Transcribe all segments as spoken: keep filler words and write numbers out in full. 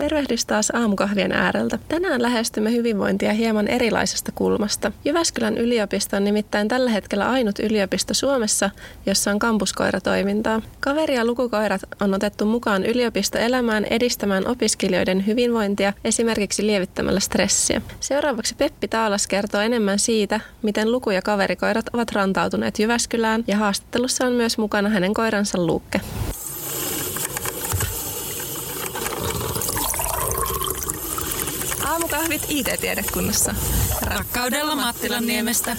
Tervehdys taas aamukahvien ääreltä. Tänään lähestymme hyvinvointia hieman erilaisesta kulmasta. Jyväskylän yliopisto on nimittäin tällä hetkellä ainut yliopisto Suomessa, jossa on kampuskoiratoimintaa. Kaveri- ja lukukoirat on otettu mukaan yliopistoelämään edistämään opiskelijoiden hyvinvointia esimerkiksi lievittämällä stressiä. Seuraavaksi Peppi Taalas kertoo enemmän siitä, miten luku- ja kaverikoirat ovat rantautuneet Jyväskylään, ja haastattelussa on myös mukana hänen koiransa Luukke. Aamukahvit I T-tiedekunnassa. Rakkaudella Mattilanniemestä.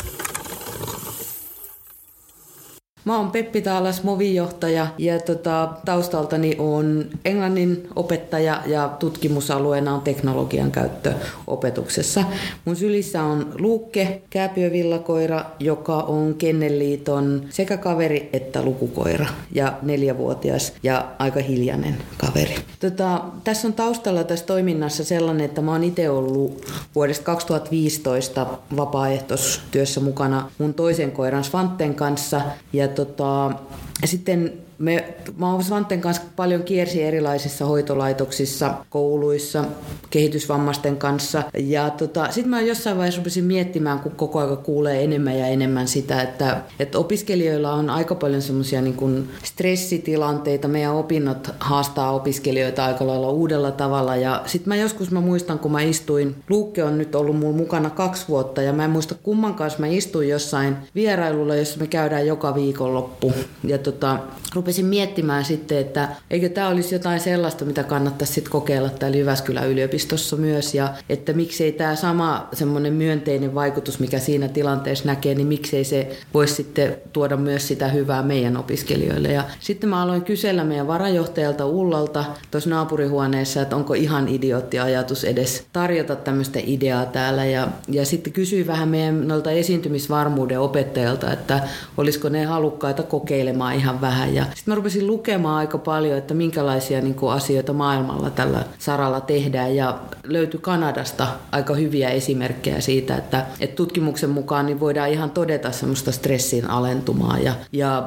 Mä oon Peppi Taalas, Movin-johtaja, ja tota, taustaltani on englannin opettaja ja tutkimusalueena on teknologian käyttö opetuksessa. Mun sylissä on Luukke, kääpiövillakoira, joka on Kennelliiton sekä kaveri että lukukoira ja neljävuotias ja aika hiljainen kaveri. Tota, tässä on taustalla tässä toiminnassa sellainen, että mä oon itse ollut vuodesta kaksituhattaviisitoista vapaaehtoistyössä mukana mun toisen koiran Svanten kanssa, ja Tota, sitten me, mä oon Svanten kanssa paljon kiersi erilaisissa hoitolaitoksissa, kouluissa, kehitysvammaisten kanssa. Ja tota, sitten mä jossain vaiheessa rupesin miettimään, kun koko ajan kuulee enemmän ja enemmän sitä, että, että opiskelijoilla on aika paljon semmoisia niin kuin stressitilanteita. Meidän opinnot haastaa opiskelijoita aika lailla uudella tavalla. Ja sitten mä joskus mä muistan, kun mä istuin, Luukke on nyt ollut mulla mukana kaksi vuotta, ja mä en muista kumman kanssa mä istuin jossain vierailulla, jossa me käydään joka viikonloppu. Ja tota, rupesin miettimään sitten, että eikö tämä olisi jotain sellaista, mitä kannattaisi sitten kokeilla täällä Jyväskylän yliopistossa myös, ja että miksei tämä sama semmoinen myönteinen vaikutus, mikä siinä tilanteessa näkee, niin miksei se voisi sitten tuoda myös sitä hyvää meidän opiskelijoille. Ja sitten mä aloin kysellä meidän varajohtajalta Ullalta tuossa naapurihuoneessa, että onko ihan idiootti ajatus edes tarjota tämmöistä ideaa täällä, ja, ja sitten kysyin vähän meidän noilta esiintymisvarmuuden opettajilta, että olisiko ne halukkaita kokeilemaan ihan vähän, ja sitten mä rupesin lukemaan aika paljon, että minkälaisia niin kuin asioita maailmalla tällä saralla tehdään, ja löytyi Kanadasta aika hyviä esimerkkejä siitä, että, että tutkimuksen mukaan niin voidaan ihan todeta semmoista stressin alentumaa ja, ja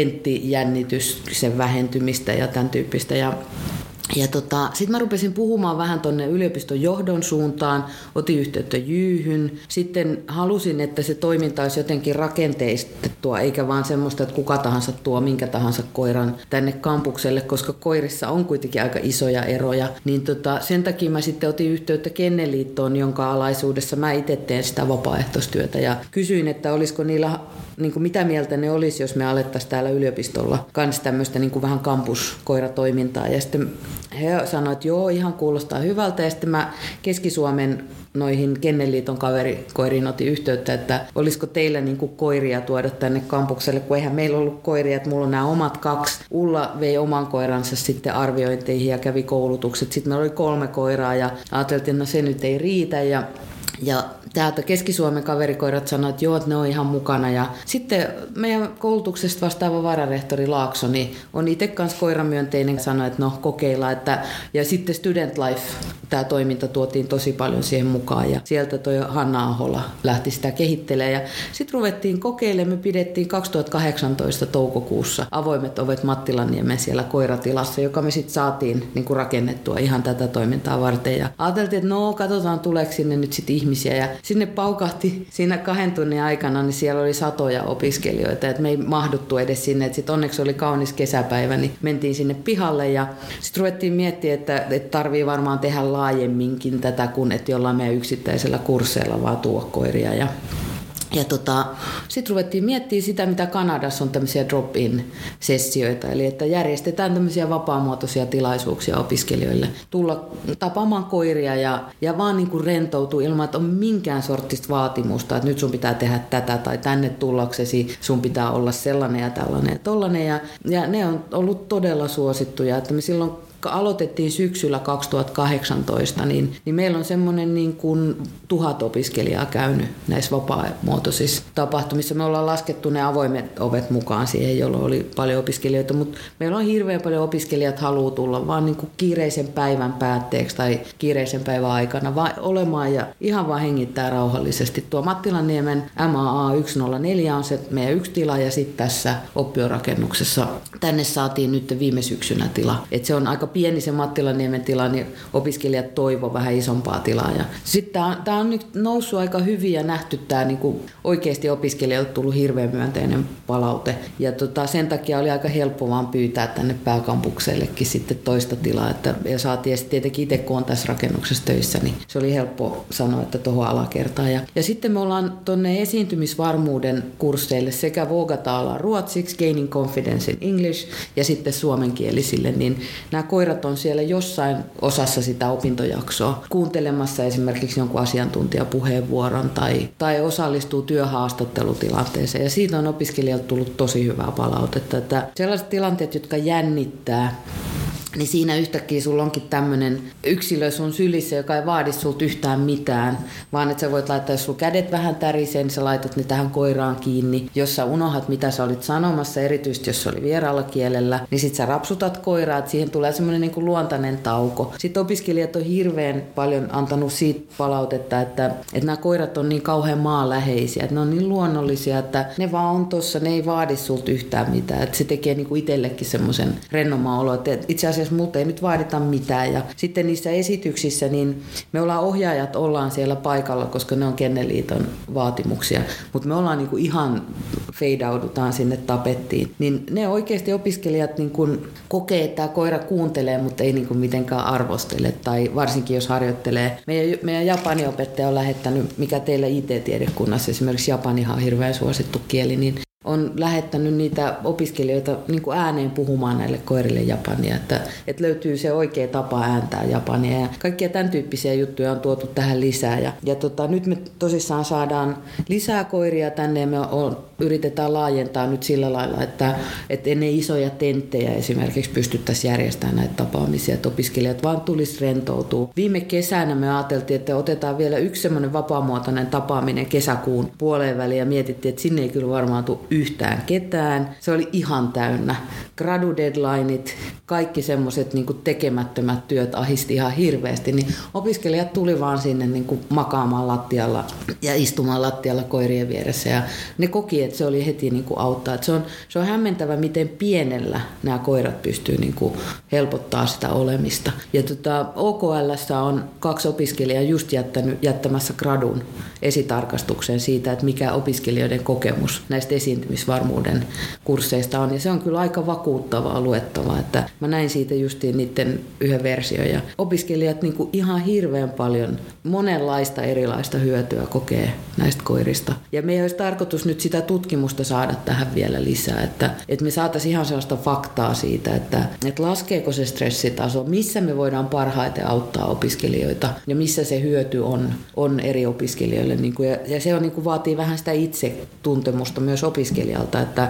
tenttijännityksen vähentymistä ja tämän tyyppistä. Ja Ja tota, sitten mä rupesin puhumaan vähän tuonne yliopiston johdon suuntaan, otin yhteyttä Jyyhyn. Sitten halusin, että se toiminta olisi jotenkin rakenteistettua, eikä vaan semmoista, että kuka tahansa tuo minkä tahansa koiran tänne kampukselle, koska koirissa on kuitenkin aika isoja eroja. Niin tota, sen takia mä sitten otin yhteyttä Kennelliittoon, jonka alaisuudessa mä itse teen sitä vapaaehtoistyötä. Ja kysyin, että olisiko niillä, niin kuin mitä mieltä ne olisi, jos me alettaisiin täällä yliopistolla kans tämmöistä niin kuin vähän kampuskoiratoimintaa. Ja sitten he sanoivat, että joo, ihan kuulostaa hyvältä, ja sitten mä Keski-Suomen noihin Kennelliiton kaverikoiriin otin yhteyttä, että olisiko teillä niin kuin koiria tuoda tänne kampukselle, kun eihän meillä ollut koiria, että mulla on nämä omat kaksi. Ulla vei oman koiransa sitten arviointeihin ja kävi koulutukset. Sitten meillä oli kolme koiraa ja ajateltiin, että no se nyt ei riitä, ja Ja täältä Keski-Suomen kaverikoirat sanoivat, että joo, että ne on ihan mukana. Ja sitten meidän koulutuksesta vastaava vararehtori Laakso niin on itse kanssa koiramyönteinen, sanoi, että no kokeillaan. Että, ja sitten Student Life, tämä toiminta tuotiin tosi paljon siihen mukaan. Ja sieltä toi Hanna Ahola lähti sitä kehittelemään. Ja sitten ruvettiin kokeilemaan. Me pidettiin kaksituhattakahdeksantoista toukokuussa avoimet ovet Mattilanniemen siellä koiratilassa, joka me sitten saatiin niin kuin rakennettua ihan tätä toimintaa varten. Ja ajateltiin, että no katsotaan tuleeko sinne nyt sitten ihmisiä, ja sinne paukahti siinä kahden tunnin aikana, niin siellä oli satoja opiskelijoita, että me ei mahduttu edes sinne, että sitten onneksi oli kaunis kesäpäivä, niin mentiin sinne pihalle, ja sitten ruvettiin miettiä, että, että tarvii varmaan tehdä laajemminkin tätä, kuin että jollain meidän yksittäisellä kursseilla vaan tuo koiria, ja Ja tota, sitten ruvettiin miettimään sitä, mitä Kanadassa on tämmöisiä drop-in-sessioita, eli että järjestetään tämmöisiä vapaamuotoisia tilaisuuksia opiskelijoille. Tulla tapaamaan koiria ja, ja vaan niin kuin rentoutua ilman, että on minkään sortista vaatimusta, että nyt sun pitää tehdä tätä tai tänne tullaksesi sun pitää olla sellainen ja tällainen ja tollainen. Ja, ja ne on ollut todella suosittuja, että me silloin aloitettiin syksyllä kaksituhattakahdeksantoista, niin, niin meillä on semmoinen niin kuin tuhat opiskelijaa käynyt näissä vapaamuotoisissa tapahtumissa. Me ollaan laskettu ne avoimet ovet mukaan siihen, jolloin oli paljon opiskelijoita, mutta meillä on hirveän paljon opiskelijat haluaa tulla vaan niin kuin kiireisen päivän päätteeksi tai kiireisen päivän aikana vaan olemaan ja ihan vaan hengittää rauhallisesti. Tuo Mattilanniemen M A A yksi nolla neljä on se meidän yksi tila, ja sitten tässä oppiorakennuksessa tänne saatiin nyt viime syksynä tila. Et se on aika aika pieni se Mattilaniemen tila, niin opiskelijat toivovat vähän isompaa tilaa. Sitten tämä on nyt noussut aika hyvin ja nähty tämä niinku oikeasti opiskelijoilta tullut hirveän myönteinen palaute. Ja tota, sen takia oli aika helppo vaan pyytää tänne pääkampuksellekin sitten toista tilaa. Että, ja saatiin tietenkin itse, kun on tässä rakennuksessa töissä, niin se oli helppo sanoa, että tuohon alakertaan. Ja, ja sitten me ollaan tuonne esiintymisvarmuuden kursseille sekä Vågata ruotsiksi, Gaining Confidence in English ja sitten suomenkielisille, niin nämä koirat on siellä jossain osassa sitä opintojaksoa kuuntelemassa esimerkiksi jonkun asiantuntijapuheenvuoron tai, tai osallistuu työhaastattelutilanteeseen. Ja siitä on opiskelijalta tullut tosi hyvää palautetta, että sellaiset tilanteet, jotka jännittää, niin siinä yhtäkkiä sulla onkin tämmöinen yksilö sun sylissä, joka ei vaadi sulta yhtään mitään, vaan että sä voit laittaa, jos sulla kädet vähän tärisee, niin sä laitat ne tähän koiraan kiinni. Jos sä unohat, mitä sä olit sanomassa, erityisesti jos se oli vieraalla kielellä, niin sit sä rapsutat koiraa, että siihen tulee semmoinen niin kuin luontainen tauko. Sitten opiskelijat on hirveän paljon antanut siitä palautetta, että, että nämä koirat on niin kauhean maanläheisiä, että ne on niin luonnollisia, että ne vaan on tossa, ne ei vaadi sulta yhtään mitään. Että se tekee niin kuin itsellekin semmoisen rennomman olo, että itse asiassa multa ei nyt vaadita mitään. Ja sitten niissä esityksissä, niin me ollaan ohjaajat, ollaan siellä paikalla, koska ne on Kennelliiton vaatimuksia, mutta me ollaan niinku ihan feidaudutaan sinne tapettiin. Niin ne oikeasti opiskelijat niinku kokee, että tämä koira kuuntelee, mutta ei niinku mitenkään arvostele, tai varsinkin jos harjoittelee. Meidän, meidän japaniopettaja on lähettänyt, mikä teillä I T-tiedekunnassa, esimerkiksi japanihan on hirveän suosittu kieli, niin on lähettänyt niitä opiskelijoita niin kuin ääneen puhumaan näille koirille japania, että, että löytyy se oikea tapa ääntää japania. Ja kaikkia tämän tyyppisiä juttuja on tuotu tähän lisää. Ja, ja tota, nyt me tosissaan saadaan lisää koiria tänne ja me on, yritetään laajentaa nyt sillä lailla, että, että ennen isoja tenttejä esimerkiksi pystyttäisiin järjestämään näitä tapaamisia, että opiskelijat vaan tulisi rentoutua. Viime kesänä me ajateltiin, että otetaan vielä yksi semmoinen vapaamuotoinen tapaaminen kesäkuun puoleen väliin ja mietittiin, että sinne ei kyllä varmaan tule yhtään ketään. Se oli ihan täynnä. Gradu-deadlineit, kaikki semmoiset niin kuin tekemättömät työt ahisti ihan hirveästi, niin opiskelijat tuli vaan sinne niin kuin makaamaan lattialla ja istumaan lattialla koirien vieressä ja ne koki, että se oli heti niin kuin auttaa. Että se on, se on hämmentävä, miten pienellä nämä koirat pystyy niin kuin helpottaa sitä olemista. Ja tota, O K L:ssä on kaksi opiskelijaa just jättänyt, jättämässä gradun esitarkastukseen siitä, että mikä opiskelijoiden kokemus näistä esiintymisvarmuuden kursseista on. Ja se on kyllä aika vakuuttavaa luettavaa, että mä näin siitä justiin niiden yhden version. Ja opiskelijat niin kuin ihan hirveän paljon monenlaista erilaista hyötyä kokee näistä koirista. Ja meidän olisi tarkoitus nyt sitä tutkimusta saada tähän vielä lisää, että, että me saataisiin ihan sellaista faktaa siitä, että, että laskeeko se stressitaso, missä me voidaan parhaiten auttaa opiskelijoita ja missä se hyöty on, on eri opiskelijoille. Niin kuin, ja, ja se on, niin kuin vaatii vähän sitä itsetuntemusta myös opiskelijalta, että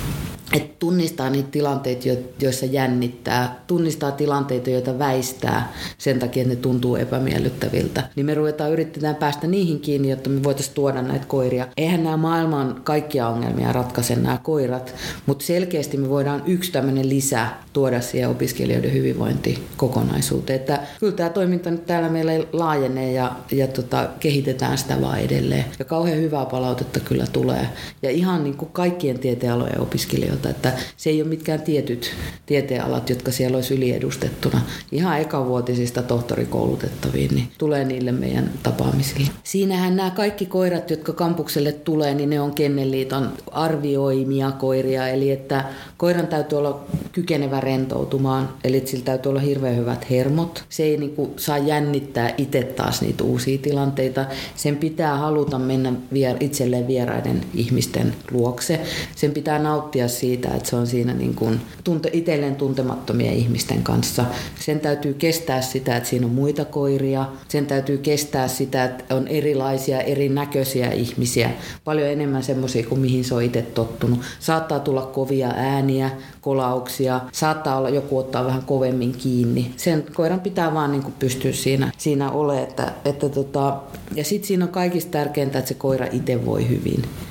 että tunnistaa niitä tilanteita, joissa jännittää, tunnistaa tilanteita, joita väistää sen takia, että ne tuntuu epämiellyttäviltä. Niin me ruvetaan yritetään päästä niihin kiinni, jotta me voitaisiin tuoda näitä koiria. Eihän nämä maailman kaikkia ongelmia ratkaise nämä koirat, mutta selkeästi me voidaan yksi tämmöinen lisä tuoda siihen opiskelijoiden hyvinvointikokonaisuuteen. Että kyllä tämä toiminta nyt täällä meillä laajenee ja, ja tota, kehitetään sitä vaan edelleen. Ja kauhean hyvää palautetta kyllä tulee. Ja ihan niin kuin kaikkien tieteenalojen opiskelijoilta. Että se ei ole mitkään tietyt tieteenalat, jotka siellä olisi yliedustettuna. Ihan ekavuotisista tohtorikoulutettaviin, niin tulee niille meidän tapaamisille. Siinähän nämä kaikki koirat, jotka kampukselle tulee, niin ne on Kennelliiton arvioimia koiria. Eli että koiran täytyy olla kykenevä rentoutumaan, eli sillä täytyy olla hirveän hyvät hermot. Se ei niin kuin saa jännittää itse taas niitä uusia tilanteita. Sen pitää haluta mennä vier- itselleen vieraiden ihmisten luokse. Sen pitää nauttia siitä, että se on siinä niin kuin tunte, itselleen tuntemattomien ihmisten kanssa. Sen täytyy kestää sitä, että siinä on muita koiria. Sen täytyy kestää sitä, että on erilaisia, erinäköisiä ihmisiä. Paljon enemmän semmoisia kuin mihin se on itse tottunut. Saattaa tulla kovia ääniä, kolauksia. Saattaa olla joku ottaa vähän kovemmin kiinni. Sen koiran pitää vaan niin kuin pystyä siinä, siinä olemaan. Että, että tota, ja sitten siinä on kaikista tärkeintä, että se koira itse voi hyvin.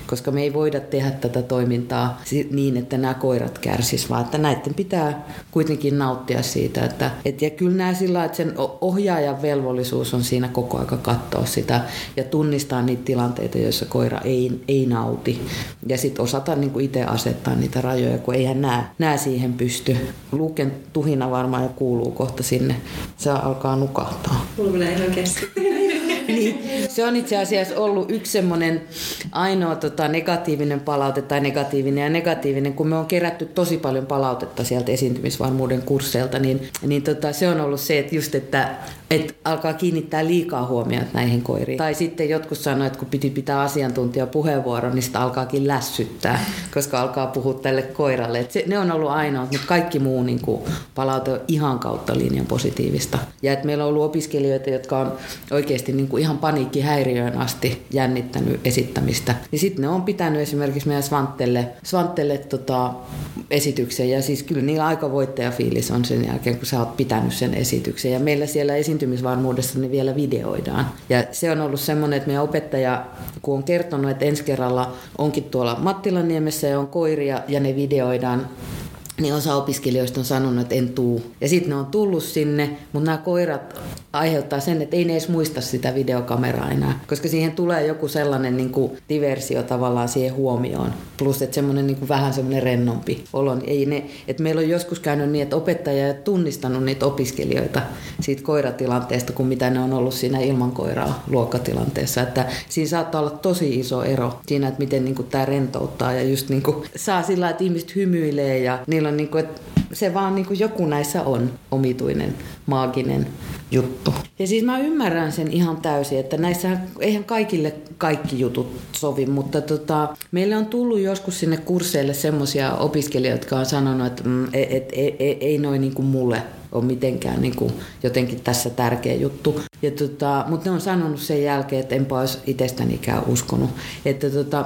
koska me ei voida tehdä tätä toimintaa niin, että nämä koirat kärsisivät, vaan että näiden pitää kuitenkin nauttia siitä. Että, et, ja kyllä nämä sillä, että sen ohjaajan velvollisuus on siinä koko aika katsoa sitä ja tunnistaa niitä tilanteita, joissa koira ei, ei nauti. Ja sitten osata niin kuin itse asettaa niitä rajoja, kun eihän nää, nää siihen pysty. Luken tuhina varmaan jo kuuluu kohta sinne. Se alkaa nukahtaa. Mulla menee ihan kesken. Niin, se on itse asiassa ollut yksi semmoinen ainoa tota, negatiivinen palaute tai negatiivinen ja negatiivinen, kun me on kerätty tosi paljon palautetta sieltä esiintymisvarmuuden kursseilta, niin, niin tota, se on ollut se, että just, että et alkaa kiinnittää liikaa huomiota näihin koiriin. Tai sitten jotkut sanoo, että kun piti pitää asiantuntijapuheenvuoron, niin sitä alkaakin lässyttää, koska alkaa puhua tälle koiralle. Et se, ne on ollut ainoa, mutta kaikki muu niin kuin, palaute on ihan kautta linjan positiivista. Ja että meillä on ollut opiskelijoita, jotka on oikeasti niin kuin ihan paniikkihäiriöön asti jännittänyt esittämistä. Ja sitten ne on pitänyt esimerkiksi meidän Svantelle, Svantelle tota, esityksen. Ja siis kyllä niillä aika voittajafiilis on sen jälkeen, kun sä oot pitänyt sen esityksen. Ja meillä siellä esiintymisvarmuudessa ne vielä videoidaan. Ja se on ollut semmoinen, että meidän opettaja, kun on kertonut, että ensi kerralla onkin tuolla Mattilaniemessä ja on koiria ja ne videoidaan, niin osa opiskelijoista on sanonut, että en tuu. Ja sitten ne on tullut sinne, mutta nämä koirat aiheuttaa sen, että ei ne edes muista sitä videokameraa enää. Koska siihen tulee joku sellainen niin kuin diversio tavallaan siihen huomioon. Plus, että semmoinen niin kuin vähän semmoinen rennompi olo. Ei ne, että meillä on joskus käynyt niin, että opettaja ei ole tunnistanut niitä opiskelijoita siitä koiratilanteesta, kuin mitä ne on ollut siinä ilman koiraa luokkatilanteessa. Että siinä saattaa olla tosi iso ero siinä, että miten niin kuin tämä rentouttaa ja just niin kuin saa sillä, että ihmiset hymyilee ja niillä on niin kuin, että se vaan niin kuin joku näissä on omituinen, maaginen juttu. Ja siis mä ymmärrän sen ihan täysin, että näissä eihän kaikille kaikki jutut sovi, mutta tota, meille on tullut joskus sinne kursseille semmoisia opiskelijoita, jotka on sanonut, että mm, et, et, et, et, ei noin niin kuin mulle ole mitenkään niin kuin jotenkin tässä tärkeä juttu. Ja tota, mutta ne on sanonut sen jälkeen, että enpä olisi itsestänikään uskonut. Että tota,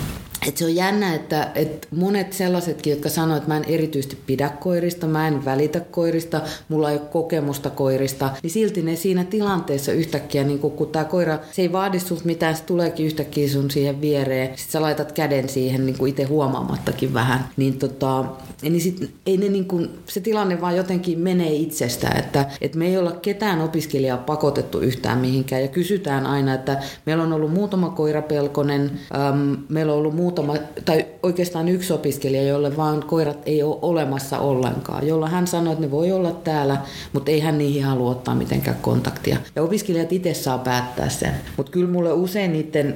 Et se on jännä, että, että monet sellaisetkin, jotka sanoo, että mä en erityisesti pidä koirista, mä en välitä koirista, mulla ei ole kokemusta koirista, niin silti ne siinä tilanteessa yhtäkkiä, niin kun, kun tämä koira, se ei vaadi sulta mitään, se tuleekin yhtäkkiä sun siihen viereen, sit sä laitat käden siihen niin itse huomaamattakin vähän, niin, tota, niin sit, ei ne, niin kun, se tilanne vaan jotenkin menee itsestään, että, että me ei olla ketään opiskelijaa pakotettu yhtään mihinkään ja kysytään aina, että meillä on ollut muutama koirapelkonen, äm, meillä on ollut muutama Muutama, tai oikeastaan yksi opiskelija, jolle vaan koirat ei ole olemassa ollenkaan, jolla hän sanoi, että ne voi olla täällä, mutta ei hän niihin halua ottaa mitenkään kontaktia. Ja opiskelijat itse saa päättää sen. Mutta kyllä mulle usein niiden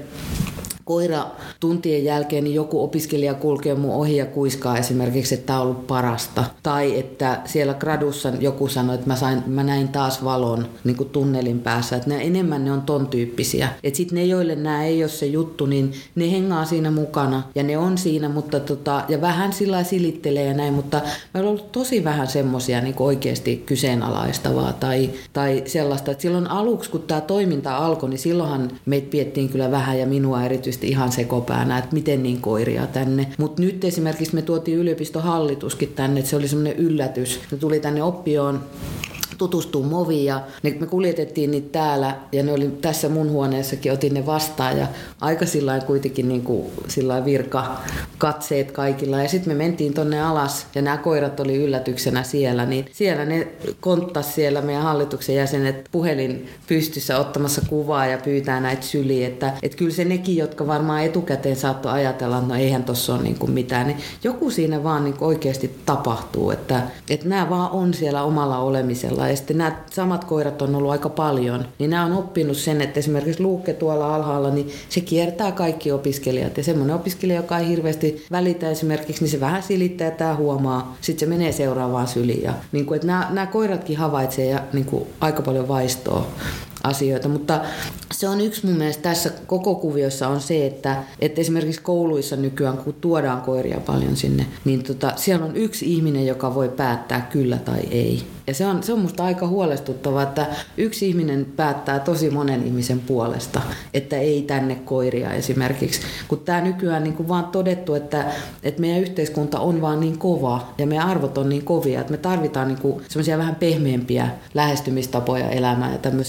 koira tuntien jälkeen niin joku opiskelija kulkee mun ohi ja kuiskaa esimerkiksi, että tämä on ollut parasta. Tai että siellä gradussa joku sanoi, että mä, sain, mä näin taas valon niin kuin tunnelin päässä. Että ne, enemmän ne on ton tyyppisiä. Että sitten ne, joille nämä ei ole se juttu, niin ne hengaa siinä mukana. Ja ne on siinä, mutta tota, ja vähän sillä silittelee ja näin. Mutta meillä on ollut tosi vähän semmoisia niin kuin oikeasti kyseenalaistavaa tai, tai sellaista. Että silloin aluksi, kun tämä toiminta alkoi, niin silloinhan meitä piettiin kyllä vähän ja minua erityisesti ihan sekopäänä, että miten niin koiria tänne. Mutta nyt esimerkiksi me tuotiin yliopiston hallituskin tänne, että se oli semmoinen yllätys. Ne tuli tänne oppioon tutustuu Moviin ja ne, me kuljetettiin niitä täällä ja ne oli tässä mun huoneessakin, otin ne vastaan ja aika sillain kuitenkin niin kuin sillain virka katseet kaikilla ja sitten me mentiin tonne alas ja nämä koirat oli yllätyksenä siellä, niin siellä ne konttas siellä meidän hallituksen jäsenet puhelin pystyssä ottamassa kuvaa ja pyytää näitä syliä, että et kyllä se nekin, jotka varmaan etukäteen saattoi ajatella, että no eihän tossa ole niin kuin mitään, niin joku siinä vaan niin kuin oikeasti tapahtuu, että et nämä vaan on siellä omalla olemisella. Ja sitten nämä samat koirat on ollut aika paljon, niin nämä on oppinut sen, että esimerkiksi Luukke tuolla alhaalla, niin se kiertää kaikki opiskelijat. Ja semmoinen opiskelija, joka ei hirveästi välitä esimerkiksi, niin se vähän silittää ja tämä huomaa. Sitten se menee seuraavaan syliin. Ja, niin kuin, että nämä, nämä koiratkin havaitsee ja niin kuin, aika paljon vaistoa asioita, mutta se on yksi mun mielestä tässä koko kuviossa on se, että, että esimerkiksi kouluissa nykyään, kun tuodaan koiria paljon sinne, niin tota, siellä on yksi ihminen, joka voi päättää kyllä tai ei. Ja se on, se on musta aika huolestuttavaa, että yksi ihminen päättää tosi monen ihmisen puolesta, että ei tänne koiria esimerkiksi. Kun tämä nykyään niin kuin vaan todettu, että, että meidän yhteiskunta on vaan niin kova ja meidän arvot on niin kovia, että me tarvitaan niin kuin semmoisia vähän pehmeämpiä lähestymistapoja elämään ja tämmöisiä. Nämä on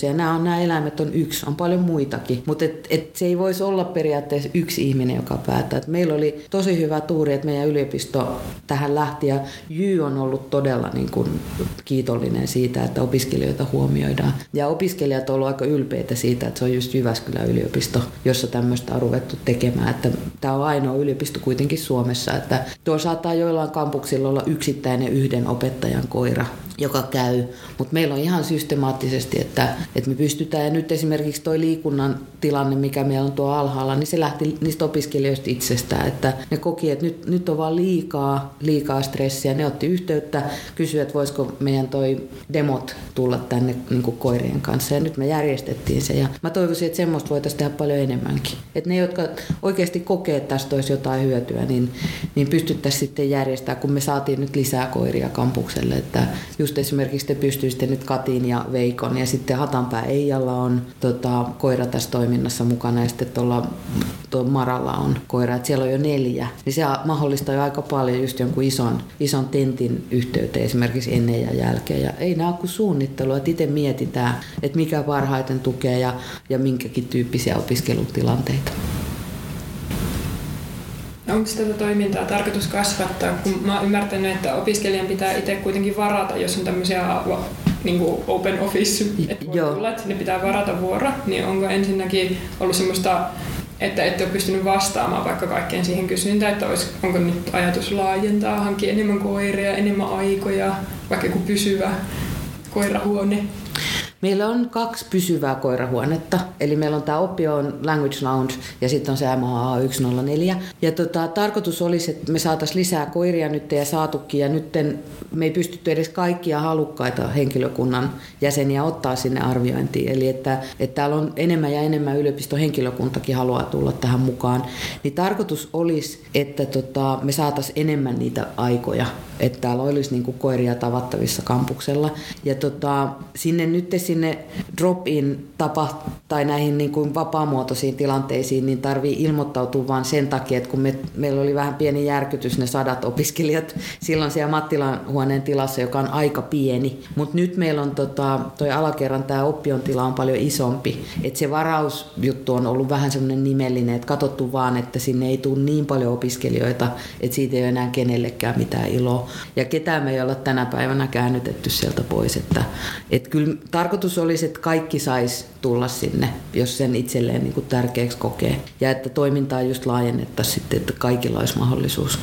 nämä eläimet on yksi, on paljon muitakin. Mutta et, et se ei voisi olla periaatteessa yksi ihminen, joka päättää. Et meillä oli tosi hyvä tuuri, että meidän yliopisto tähän lähti ja Jy on ollut todella niin kuin kiitollinen siitä, että opiskelijoita huomioidaan. Ja opiskelijat on ollut aika ylpeitä siitä, että se on just Jyväskylän yliopisto, jossa tämmöistä on ruvettu tekemään. Että tämä on ainoa yliopisto kuitenkin Suomessa, että tuolla saattaa joillain kampuksilla olla yksittäinen yhden opettajan koira, joka käy, mutta meillä on ihan systemaattisesti, että, että me pystytään, ja nyt esimerkiksi tuo liikunnan tilanne, mikä meillä on tuo alhaalla, niin se lähti niistä opiskelijoista itsestään, että ne koki, että nyt, nyt on vaan liikaa, liikaa stressiä, ne otti yhteyttä, kysyi, että voisiko meidän toi demot tulla tänne niin kuin koirien kanssa, ja nyt me järjestettiin se, ja mä toivoisin, että semmoista voitaisiin tehdä paljon enemmänkin, että ne, jotka oikeasti kokee, että tästä olisi jotain hyötyä, niin, niin pystyttäisiin sitten järjestämään, kun me saatiin nyt lisää koiria kampukselle, että just esimerkiksi te pystyisitte nyt Katin ja Veikon ja sitten Hatanpää Eijalla on tota, koira tässä toiminnassa mukana ja sitten tuolla Maralla on koira, että siellä on jo neljä. Niin se mahdollistaa jo aika paljon just jonkun ison, ison tentin yhteyteen esimerkiksi ennen ja jälkeen. Ja ei nämä ole kuin suunnittelua, että itse mietitään, että mikä parhaiten tukee ja, ja minkäkin tyyppisiä opiskelutilanteita. Onko tätä toimintaa tarkoitus kasvattaa? Kun mä oon ymmärtänyt, että opiskelijan pitää itse kuitenkin varata, jos on tämmöisiä niin kuin open office, että voi tulla, että sinne pitää varata vuoro, niin onko ensinnäkin ollut semmoista, että ette ole pystynyt vastaamaan vaikka kaikkeen siihen kysyntään, että olisi, onko nyt ajatus laajentaa, hankkia enemmän koiria, enemmän aikoja, vaikka joku pysyvä koirahuone? Meillä on kaksi pysyvää koirahuonetta, eli meillä on tämä Oppion Language Lounge ja sitten on se M H A yksi nolla neljä. Ja tota, tarkoitus olisi, että me saataisiin lisää koiria nyt ja saatukin, ja nyt me ei pystytty edes kaikkia halukkaita henkilökunnan jäseniä ottaa sinne arviointiin. Eli että, että täällä on enemmän ja enemmän yliopiston henkilökuntakin haluaa tulla tähän mukaan. Niin tarkoitus olisi, että tota, me saataisiin enemmän niitä aikoja, että täällä olisi niinku koiria tavattavissa kampuksella. Ja tota, sinne nyt sinne drop-in tapa tai näihin niin kuin vapaamuotoisiin tilanteisiin, niin tarvii ilmoittautua vain sen takia, että kun me, meillä oli vähän pieni järkytys ne sadat opiskelijat silloin siellä Mattilan huoneen tilassa, joka on aika pieni. Mutta nyt meillä on tota, toi alakerran tämä Oppion tila on paljon isompi. Että se varausjuttu on ollut vähän semmoinen nimellinen, että katsottu vaan, että sinne ei tule niin paljon opiskelijoita, että siitä ei ole enää kenellekään mitään iloa. Ja ketään me ei olla tänä päivänä käännytetty sieltä pois. Että, et kyllä tarkoitus olisi, että kaikki sais tulla sinne, jos sen itselleen niin kuin tärkeäksi kokee. Ja että toimintaa just laajennettaisiin sitten, että kaikilla olisi mahdollisuus.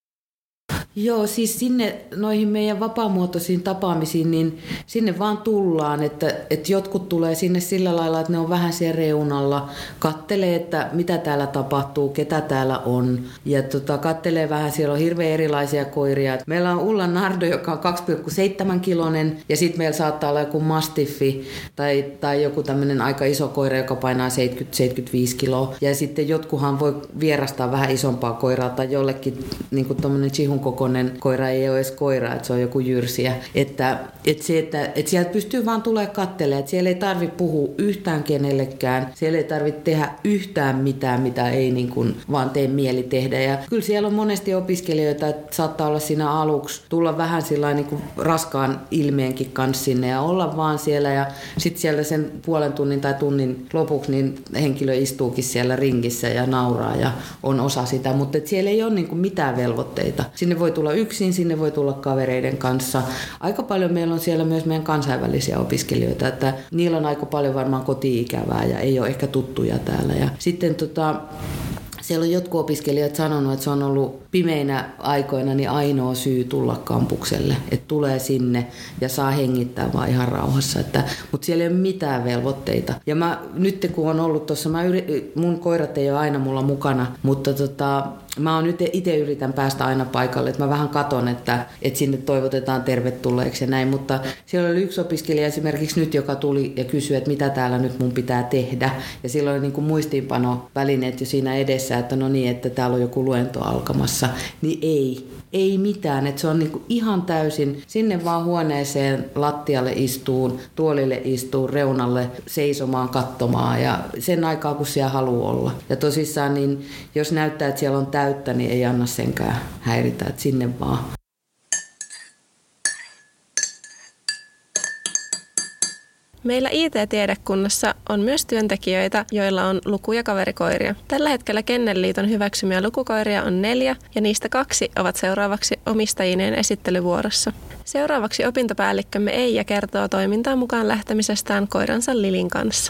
Joo, siis sinne noihin meidän vapaamuotoisiin tapaamisiin, niin sinne vaan tullaan, että, että jotkut tulee sinne sillä lailla, että ne on vähän siellä reunalla, kattelee, että mitä täällä tapahtuu, ketä täällä on, ja tota, kattelee vähän, siellä on hirveän erilaisia koiria. Meillä on Ulla Nardo, joka on kaksi pilkku seitsemän kilonen, ja sitten meillä saattaa olla joku mastiffi tai, tai joku tämmöinen aika iso koira, joka painaa seitsemänkymmentä seitsemänkymmentäviisi kiloa, ja sitten jotkuhan voi vierastaa vähän isompaa koiraa, tai jollekin niin kuin tommoinen chihun koko koira ei ole edes koira, että se on joku jyrsiä. Että, että, se, että, että sieltä pystyy vaan tulemaan katselemaan, että siellä ei tarvitse puhua yhtään kenellekään, siellä ei tarvitse tehdä yhtään mitään, mitä ei niin kuin vaan tee mieli tehdä. Ja kyllä siellä on monesti opiskelijoita, että saattaa olla siinä aluksi, tulla vähän sillä niin kuin raskaan ilmeenkin kanssa sinne ja olla vaan siellä ja sitten siellä sen puolen tunnin tai tunnin lopuksi niin henkilö istuukin siellä ringissä ja nauraa ja on osa sitä, mutta siellä ei ole niin kuin mitään velvoitteita. Sinne voi tulla yksin, sinne voi tulla kavereiden kanssa. Aika paljon meillä on siellä myös meidän kansainvälisiä opiskelijoita, että niillä on aika paljon varmaan koti-ikävää ja ei ole ehkä tuttuja täällä. Ja sitten tota, siellä on jotkut opiskelijat sanonut, että se on ollut pimeinä aikoina niin ainoa syy tulla kampukselle, että tulee sinne ja saa hengittää vaan ihan rauhassa, että, mutta siellä ei ole mitään velvoitteita. Ja mä, nyt kun on ollut tuossa, mun koirat ei ole aina mulla mukana, mutta tota, mä oon nyt itse yritän päästä aina paikalle, että mä vähän katon, että, että sinne toivotetaan tervetulleeksi ja näin, mutta siellä oli yksi opiskelija esimerkiksi nyt, joka tuli ja kysyi, että mitä täällä nyt mun pitää tehdä. Ja silloin oli niin kuin muistiinpanovälineet jo siinä edessä, että no niin, että täällä on joku luento alkamassa. Niin ei, ei mitään, että se on niin kuin ihan täysin, sinne vaan huoneeseen lattialle istuu, tuolille istuu, reunalle seisomaan, katsomaan ja sen aikaa, kun siellä haluaa olla. Ja tosissaan, niin jos näyttää, että siellä on täyttä, niin ei anna senkään häiritä, että sinne vaan. Meillä I T-tiedekunnassa on myös työntekijöitä, joilla on luku- ja kaverikoiria. Tällä hetkellä Kennelliiton hyväksymiä lukukoiria on neljä ja niistä kaksi ovat seuraavaksi omistajineen esittelyvuorossa. Seuraavaksi opintopäällikkömme Eija kertoo toimintaan mukaan lähtemisestään koiransa Lilin kanssa.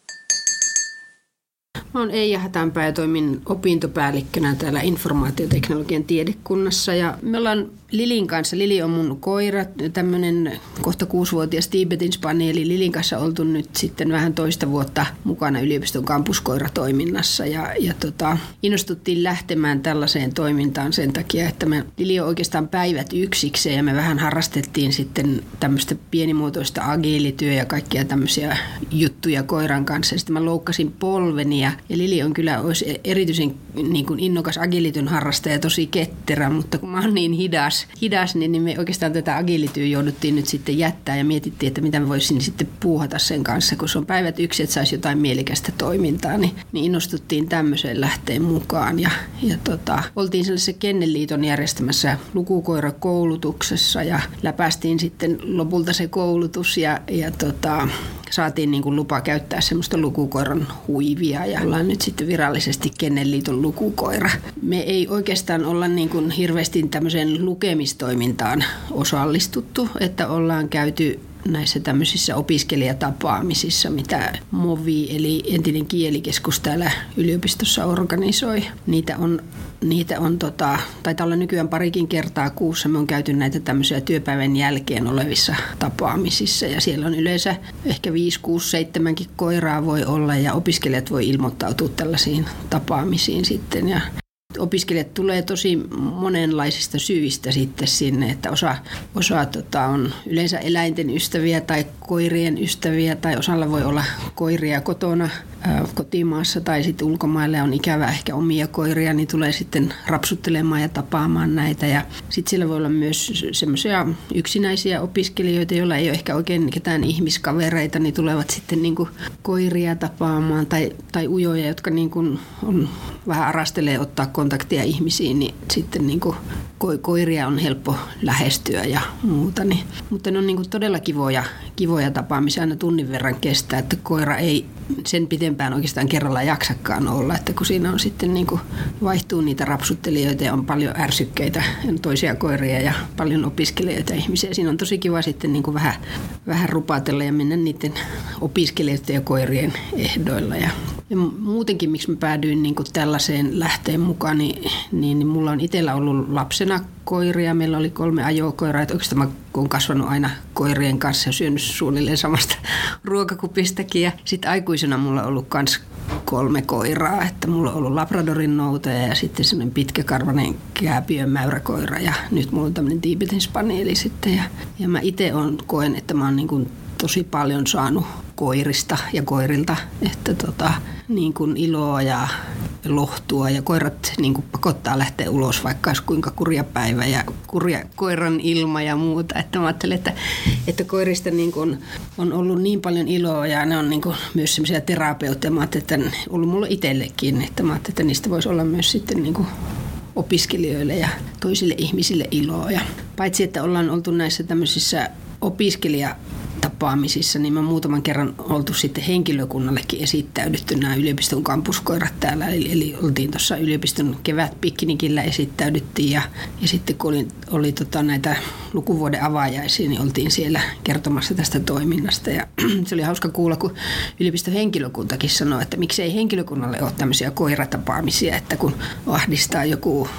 Mä oon Eija Hätänpää ja toimin opintopäällikkönä täällä informaatioteknologian tiedekunnassa. Ja me ollaan Lilin kanssa, Lili on mun koira, tämmönen kohta kuusivuotias Tibetin spanieli. Lilin kanssa oltu nyt sitten vähän toista vuotta mukana yliopiston kampuskoiratoiminnassa. Ja, ja tota, innostuttiin lähtemään tällaiseen toimintaan sen takia, että me Lili on oikeastaan päivät yksikseen ja me vähän harrastettiin sitten tämmöistä pienimuotoista agiilityö ja kaikkia tämmöisiä juttuja koiran kanssa. Ja sitten mä loukkasin polveni ja, ja Lili on kyllä olisi erityisen niin kuin innokas agilityn harrastaja, tosi ketterä, mutta kun mä oon niin hidas, hidas niin, niin me oikeastaan tätä agilityä jouduttiin nyt sitten jättää ja mietittiin, että mitä mä voisin sitten puuhata sen kanssa, kun se on päivät yksi, että saisi jotain mielikästä toimintaa, niin, niin innostuttiin tämmöiseen lähteen mukaan ja, ja tota, oltiin sellaisessa Kennelliiton järjestämässä lukukoirakoulutuksessa ja läpästiin sitten lopulta se koulutus ja, ja tota, saatiin niin kuin lupa käyttää semmoista lukukoiran huivia ja ollaan nyt sitten virallisesti Kennelliiton lukukoira. Me ei oikeastaan olla niin kuin hirveästi tämmöiseen lukemistoimintaan osallistuttu, että ollaan käyty näissä tämmöisissä opiskelijatapaamisissa, mitä Movi eli entinen kielikeskus täällä yliopistossa organisoi. Niitä on, niitä on tota, taitaa olla nykyään parikin kertaa kuussa. Me on käyty näitä tämmöisiä työpäivän jälkeen olevissa tapaamisissa ja siellä on yleensä ehkä viisi, kuusi, seitsemänkin koiraa voi olla ja opiskelijat voi ilmoittautua tällaisiin tapaamisiin sitten ja opiskelijat tulee tosi monenlaisista syistä sitten sinne, että osa, osa tota, on yleensä eläinten ystäviä tai koirien ystäviä tai osalla voi olla koiria kotona ää, kotimaassa tai sitten ulkomaille on ikävä ehkä omia koiria, niin tulee sitten rapsuttelemaan ja tapaamaan näitä ja sitten siellä voi olla myös semmoisia yksinäisiä opiskelijoita, joilla ei ole ehkä oikein ketään ihmiskavereita, niin tulevat sitten niinku koiria tapaamaan tai, tai ujoja, jotka niinku on, vähän arastelee ottaa kontaktia ihmisiin, niin sitten niin kuin ko- koiria on helppo lähestyä ja muuta. Niin. Mutta ne on niin kuin todella kivoja, kivoja tapaamisia, aina tunnin verran kestää, että koira ei sen pitempään oikeastaan kerralla jaksakaan olla, että kun siinä on sitten niin kuin vaihtuu niitä rapsuttelijoita ja on paljon ärsykkeitä toisia koiria ja paljon opiskelijoita ja ihmisiä. Siinä on tosi kiva sitten niin kuin vähän, vähän rupatella ja mennä niiden opiskelijoiden ja koirien ehdoilla. Ja, ja muutenkin, miksi mä päädyin niin kuin tällaiseen lähteen mukaan, niin, niin, niin mulla on itsellä ollut lapsena koiria. Meillä oli kolme ajokoiraa, että oikeastaan mä olen kasvanut aina koirien kanssa ja syönyt suunnilleen samasta ruokakupistakin. Ja sitten aikuisena mulla on ollut myös kolme koiraa, että mulla on ollut Labradorin noutaja ja sitten semmoinen pitkäkarvainen kääpiön mäyräkoira ja nyt mulla on tämmöinen Tibetin spanieli sitten. Ja, ja mä itse koen, että mä oon niin kuin tosi paljon saanut koirista ja koirilta, että tota, niin kuin iloa ja lohtua ja koirat niin kuin pakottaa lähteä ulos, vaikka olisi kuinka kurja päivä ja kurja koiran ilma ja muuta. Että mä ajattelen, että, että koirista niin kuin on ollut niin paljon iloa ja ne on niin kuin myös semmoisia terapeutteja. Mä ajattelin, että on ollut mulla itsellekin, että mä ajattelin, että niistä voisi olla myös sitten niin kuin opiskelijoille ja toisille ihmisille iloa. Ja paitsi, että ollaan oltu näissä tämmöisissä opiskelija tapaamisissa, niin mä muutaman kerran oltu sitten henkilökunnallekin esittäydytty nämä yliopiston kampuskoirat täällä. Eli, eli oltiin tuossa yliopiston kevätpiknikillä esittäydyttiin ja, ja sitten kun oli, oli tota näitä lukuvuoden avaajaisia, niin oltiin siellä kertomassa tästä toiminnasta. Ja se oli hauska kuulla, kun yliopiston henkilökuntakin sanoi, että miksei henkilökunnalle ole tämmöisiä koiratapaamisia, että kun ahdistaa joku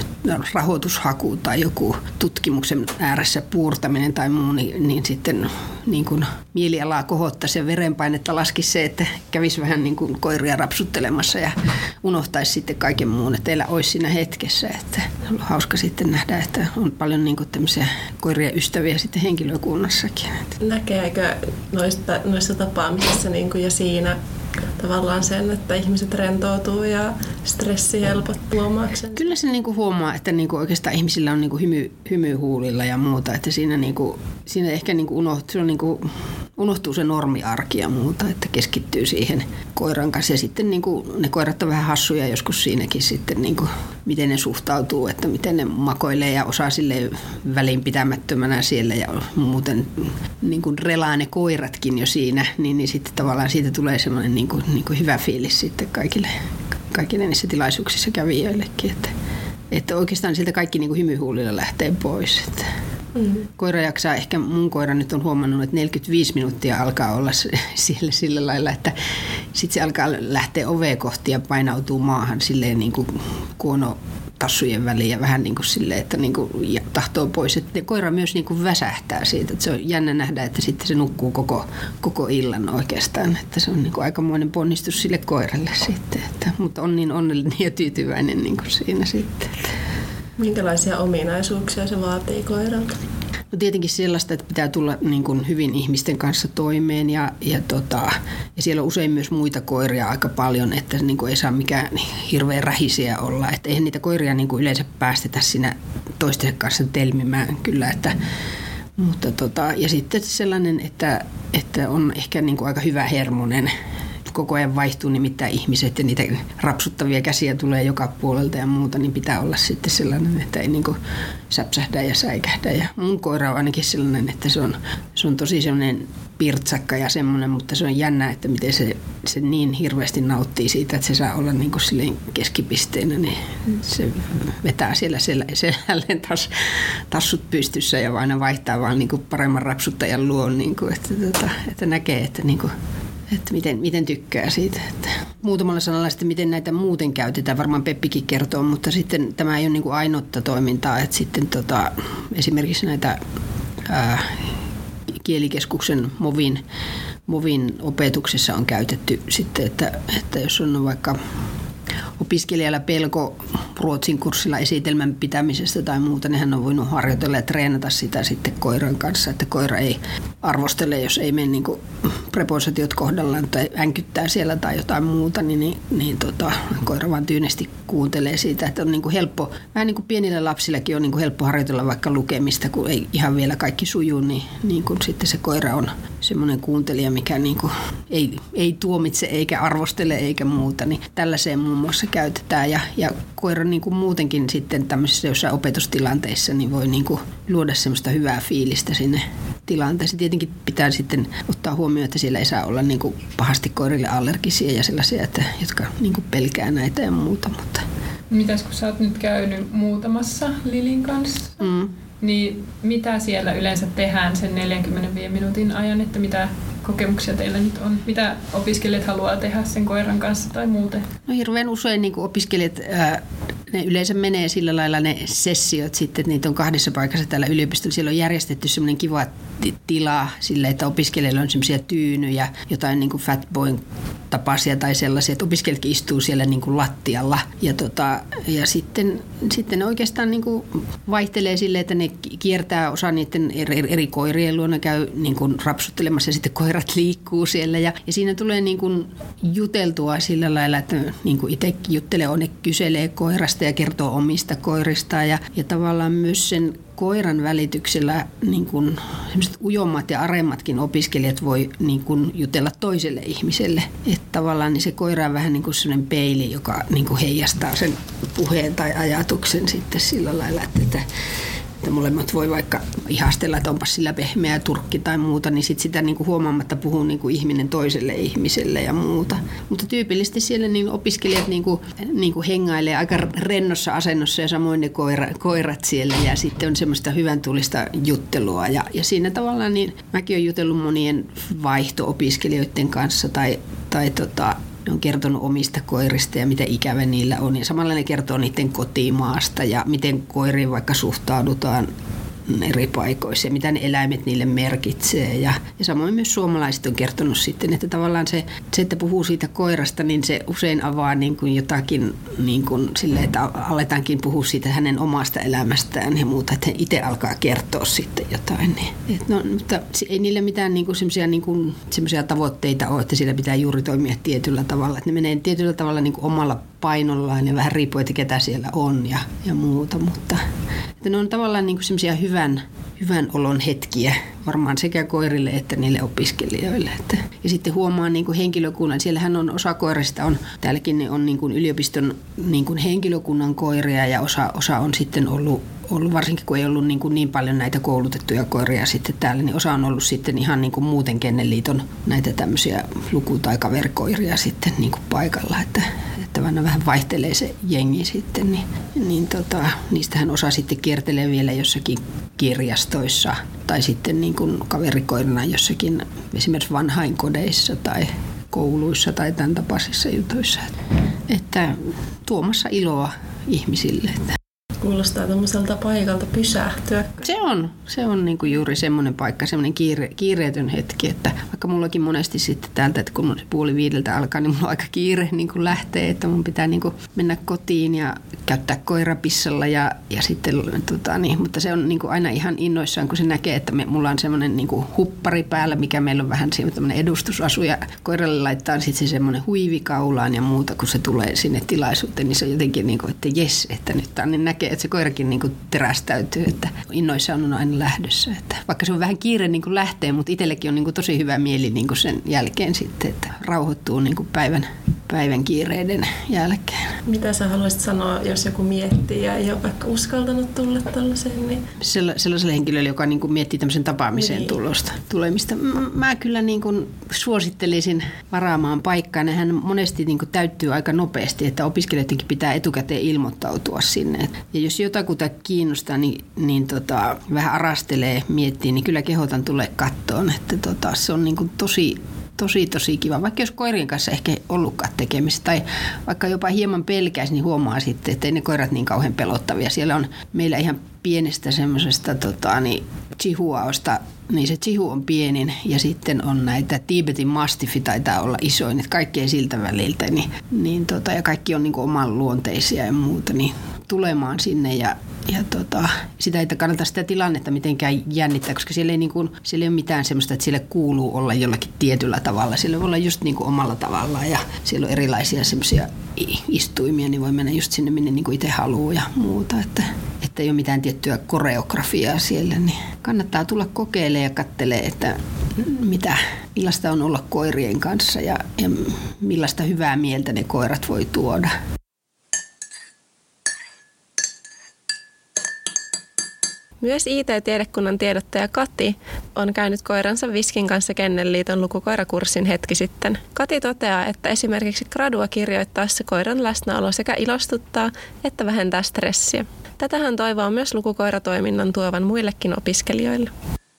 rahoitushaku tai joku tutkimuksen ääressä puurtaminen tai muu, niin, niin sitten niin kuin mielialaa kohottaisi ja verenpainetta laskisi se, että kävisi vähän niin kuin koiria rapsuttelemassa ja unohtaisi sitten kaiken muun, että teillä olisi siinä hetkessä. Että on hauska sitten nähdä, että on paljon niin kuin tämmöisiä koirien ystäviä sitten henkilökunnassakin. Näkeekö noista, noissa tapaamisissa niin kuin ja siinä tavallaan sen, että ihmiset rentoutuu ja stressi helpottuu omakseen? Kyllä se niinku huomaa, että niinku oikeastaan ihmisillä on niinku hymy, hymy huulilla ja muuta, että siinä, niinku, siinä ehkä niinku unohtuu, se on niinku unohtuu se normiarki ja muuta, että keskittyy siihen koiran kanssa. Ja sitten niin kuin, ne koirat on vähän hassuja joskus siinäkin sitten, niin kuin, miten ne suhtautuu, että miten ne makoilee ja osaa silleen välinpitämättömänä siellä ja muuten niin kuin relaa ne koiratkin jo siinä, niin, niin sitten tavallaan siitä tulee semmoinen niin kuin, niin kuin hyvä fiilis sitten kaikille, kaikille niissä tilaisuuksissa kävijöillekin, että, että oikeastaan siltä kaikki niin kuin hymyhuulilla lähtee pois, että Mm. Koira jaksaa, ehkä mun koira nyt on huomannut, että neljäkymmentäviisi minuuttia alkaa olla siellä sillä lailla, että sitten se alkaa lähteä ovea kohti ja painautuu maahan silleen niin kuin kuonotassujen väliin ja vähän niin kuin silleen, että niin kuin tahtoo pois. Että koira myös niin kuin väsähtää siitä, että se on jännä nähdä, että sitten se nukkuu koko, koko illan oikeastaan, että se on niin kuin aikamoinen ponnistus sille koiralle sitten, että, mutta on niin onnellinen ja tyytyväinen niin kuin siinä sitten. Minkälaisia ominaisuuksia se vaatii koiralta? No tietenkin sellaista, että pitää tulla niin kuin hyvin ihmisten kanssa toimeen ja, ja, tota, ja siellä on usein myös muita koiria aika paljon, että niin kuin ei saa mikään hirveän rähisiä olla. Että eihän niitä koiria niin kuin yleensä päästetä siinä toistensa kanssa telmimään kyllä. Että, mutta tota, ja sitten sellainen, että, että on ehkä niin kuin aika hyvä hermonen. Koko ajan vaihtuu nimittäin ihmiset ja niitä rapsuttavia käsiä tulee joka puolelta ja muuta, niin pitää olla sitten sellainen, että ei niin kuin säpsähdä ja säikähdä. Ja mun koira on ainakin sellainen, että se on, se on tosi sellainen pirtsakka ja semmoinen, mutta se on jännä, että miten se, se niin hirveästi nauttii siitä, että se saa olla niin kuin silleen keskipisteenä, niin se vetää siellä selälleen taas tassut pystyssä ja aina vaihtaa vaan niin kuin paremman rapsuttajan luon, niin kuin, että, että, että näkee, että niin kuin että miten, miten tykkää siitä. Että muutamalla sanalla sitten, miten näitä muuten käytetään. Varmaan Peppikin kertoo, mutta sitten tämä ei ole niin kuin ainoutta toimintaa. Että sitten tota, esimerkiksi näitä ää, kielikeskuksen Movin, Movin opetuksessa on käytetty sitten, että, että jos on vaikka opiskelijalla pelko Ruotsin kurssilla esitelmän pitämisestä tai muuta, niin hän on voinut harjoitella ja treenata sitä sitten koiran kanssa, että koira ei arvostele, jos ei mene niin kuin prepositiot kohdallaan tai änkyttää siellä tai jotain muuta, niin, niin, niin tota, koira vaan tyynesti kuuntelee siitä, että on niin kuin helppo, vähän niin kuin pienillä lapsillakin on niin kuin helppo harjoitella vaikka lukemista, kun ei ihan vielä kaikki sujuu, niin, niin kuin sitten se koira on semmoinen kuuntelija, mikä niin kuin ei, ei tuomitse eikä arvostele eikä muuta, niin tällaiseen muun muassa käytetään ja, ja koira niin kuin muutenkin sitten tämmöisissä jossain opetustilanteissa niin voi niin kuin luoda semmoista hyvää fiilistä sinne tilanteeseen. Tietenkin pitää sitten ottaa huomioon, että siellä ei saa olla niin kuin pahasti koirille allergisia ja sellaisia, että, jotka niin kuin pelkää näitä ja muuta. Mutta. Mitäs kun sä oot nyt käynyt muutamassa Lilin kanssa, mm. niin mitä siellä yleensä tehdään sen neljänkymmenenviiden minuutin ajan, että mitä kokemuksia teillä nyt on? Mitä opiskelijat haluaa tehdä sen koiran kanssa tai muuten? No hirveän usein niin kuin opiskelijat, ää, ne yleensä menee sillä lailla ne sessiot sitten, että niitä on kahdessa paikassa täällä yliopistolla. Siellä on järjestetty semmoinen kiva tila sille, että opiskelijoilla on semmoisia tyynyjä, jotain niin kuin fatboyn tapaisia tai sellaisia, että opiskelijatkin istuu siellä niin kuin lattialla. Ja, tota, ja sitten, sitten ne oikeastaan niin kuin vaihtelee silleen, että ne kiertää osa niiden eri, eri koirien luona, käy niin kuin rapsuttelemassa ja sitten koirat liikkuu siellä. Ja, ja siinä tulee niin kuin juteltua sillä lailla, että niin kuin itse juttelee, on, ne kyselee koirasta ja kertoo omista koiristaan. Ja, ja tavallaan myös sen koiran välityksellä niin kuin sellaiset ujommat ja aremmatkin opiskelijat voi niin kuin jutella toiselle ihmiselle. Että tavallaan niin se koira on vähän niin kuin sellainen peili, joka niin kuin heijastaa sen puheen tai ajatuksen sitten sillä lailla, että, että että molemmat voi vaikka ihastella, että onpas sillä pehmeä turkki tai muuta, niin sit sitä niinku huomaamatta puhuu niinku ihminen toiselle ihmiselle ja muuta. Mutta tyypillisesti siellä niin opiskelijat niinku, niinku hengailee aika rennossa asennossa ja samoin ne koira, koirat siellä ja sitten on semmoista hyvän tulista juttelua. Ja, ja siinä tavallaan niin mäkin olen jutellut monien vaihto-opiskelijoiden kanssa tai, tai tota, ne on kertonut omista koirista ja mitä ikävä niillä on. Ja samalla ne kertoo niiden kotimaasta ja miten koiriin vaikka suhtaudutaan eri paikoissa ja mitä ne eläimet niille merkitsee. Ja, ja samoin myös suomalaiset on kertonut sitten, että tavallaan se, se että puhuu siitä koirasta, niin se usein avaa niin kuin jotakin niin kuin sille, että aletaankin puhua siitä hänen omasta elämästään ja muuta, että itse alkaa kertoa sitten jotain. Niin. No, mutta ei niillä mitään niin kuin semmoisia niin kuin, semmoisia tavoitteita ole, että siellä pitää juuri toimia tietyllä tavalla. Että ne menee tietyllä tavalla niin kuin omalla painollaan ja vähän riippuu, että ketä siellä on ja, ja muuta, mutta että ne on tavallaan niin kuin semmoisia hyvän, hyvän olon hetkiä varmaan sekä koirille että niille opiskelijoille. Että, ja sitten huomaa niin kuin henkilökunnan, siellähän on osa koirista, on, täälläkin ne on niin kuin yliopiston niin kuin henkilökunnan koiria ja osa, osa on sitten ollut, ollut, varsinkin kun ei ollut niin, kuin niin paljon näitä koulutettuja koiria sitten täällä, niin osa on ollut sitten ihan niin kuin muuten Kennelliiton näitä tämmöisiä luku- tai kaverikoiria sitten niin kuin paikalla, että, että vähän vaihtelee se jengi sitten, niin, niin tota, niistähän osa sitten kiertelee vielä jossakin kirjastoissa tai sitten niin kuin kaverikoirina jossakin esimerkiksi vanhainkodeissa tai kouluissa tai tämän tapaisissa jutuissa. Että tuomassa iloa ihmisille. Kuulostaa tämmöiseltä paikalta pysähtyä. Se on. Se on niin kuin juuri semmoinen paikka, semmoinen kiire, kiireetön hetki, että vaikka mullakin monesti sitten täältä, että kun puoli viideltä alkaa, niin mulla on aika kiire niin kuin lähtee, että mun pitää niin kuin mennä kotiin ja käyttää koirapissalla ja, ja sitten, tota, niin, mutta se on niin kuin aina ihan innoissaan, kun se näkee, että me, mulla on semmoinen niin kuin huppari päällä, mikä meillä on vähän semmoinen edustusasu ja koiralle laittaa sitten se semmoinen huivi kaulaan ja muuta, kun se tulee sinne tilaisuuteen, niin se on jotenkin niin kuin, että jes, että nyt tämä niin näkee, että se koirakin niin kuin terästäytyy, että innoissaan on aina lähdössä. Että vaikka se on vähän kiire niin kuin lähtee, mutta itsellekin on niin kuin tosi hyvä mieli niin kuin sen jälkeen sitten, että rauhoittuu niin kuin päivän, päivän kiireiden jälkeen. Mitä sä haluaisit sanoa, jos joku miettii ja ei ole vaikka uskaltanut tulla tällaiseen? Niin... Sellaiselle henkilölle, joka niin kuin miettii tämmöisen tapaamiseen niin. tulosta, tulemista. Mä kyllä niin kuin suosittelisin varaamaan paikkaa. Nehän monesti niin kuin täyttyy aika nopeasti, että opiskelijoidenkin pitää etukäteen ilmoittautua sinne. Ja jos jotakuta kiinnostaa, niin, niin tota, vähän arastelee, miettii, niin kyllä kehotan tulee kattoon. Että tota, se on niin kuin tosi... Tosi, tosi kiva. Vaikka jos koirien kanssa ehkä ollutkaan tekemistä tai vaikka jopa hieman pelkäisi, niin huomaa sitten, että ei ne koirat niin kauhean pelottavia. Siellä on meillä ihan pienestä semmoisesta tota, niin chihuaosta, niin se chihu on pienin ja sitten on näitä Tibetin mastifi taitaa olla isoin, että kaikki ei siltä väliltä. Niin, niin tota, ja kaikki on niin kuin oman luonteisia ja muuta, niin tulemaan sinne ja, ja tota, sitä ei kannata sitä tilannetta mitenkään jännittää, koska siellä ei, niin kuin, siellä ei ole mitään semmoista, että siellä kuuluu olla jollakin tietyllä tavalla. Siellä voi olla just niin kuin omalla tavallaan ja siellä on erilaisia semmoisia istuimia, niin voi mennä just sinne, minne niin kuin itse haluaa ja muuta. Että, että ei ole mitään tiettyä koreografiaa siellä, niin kannattaa tulla kokeilemaan ja katselemaan, että mitä, millaista on olla koirien kanssa ja, ja millaista hyvää mieltä ne koirat voi tuoda. Myös I T-tiedekunnan tiedottaja Kati on käynyt koiransa Viskin kanssa Kennelliiton lukukoirakurssin hetki sitten. Kati toteaa, että esimerkiksi gradua kirjoittaessa koiran läsnäolo sekä ilostuttaa että vähentää stressiä. Tätä hän toivoo myös lukukoiratoiminnan tuovan muillekin opiskelijoille.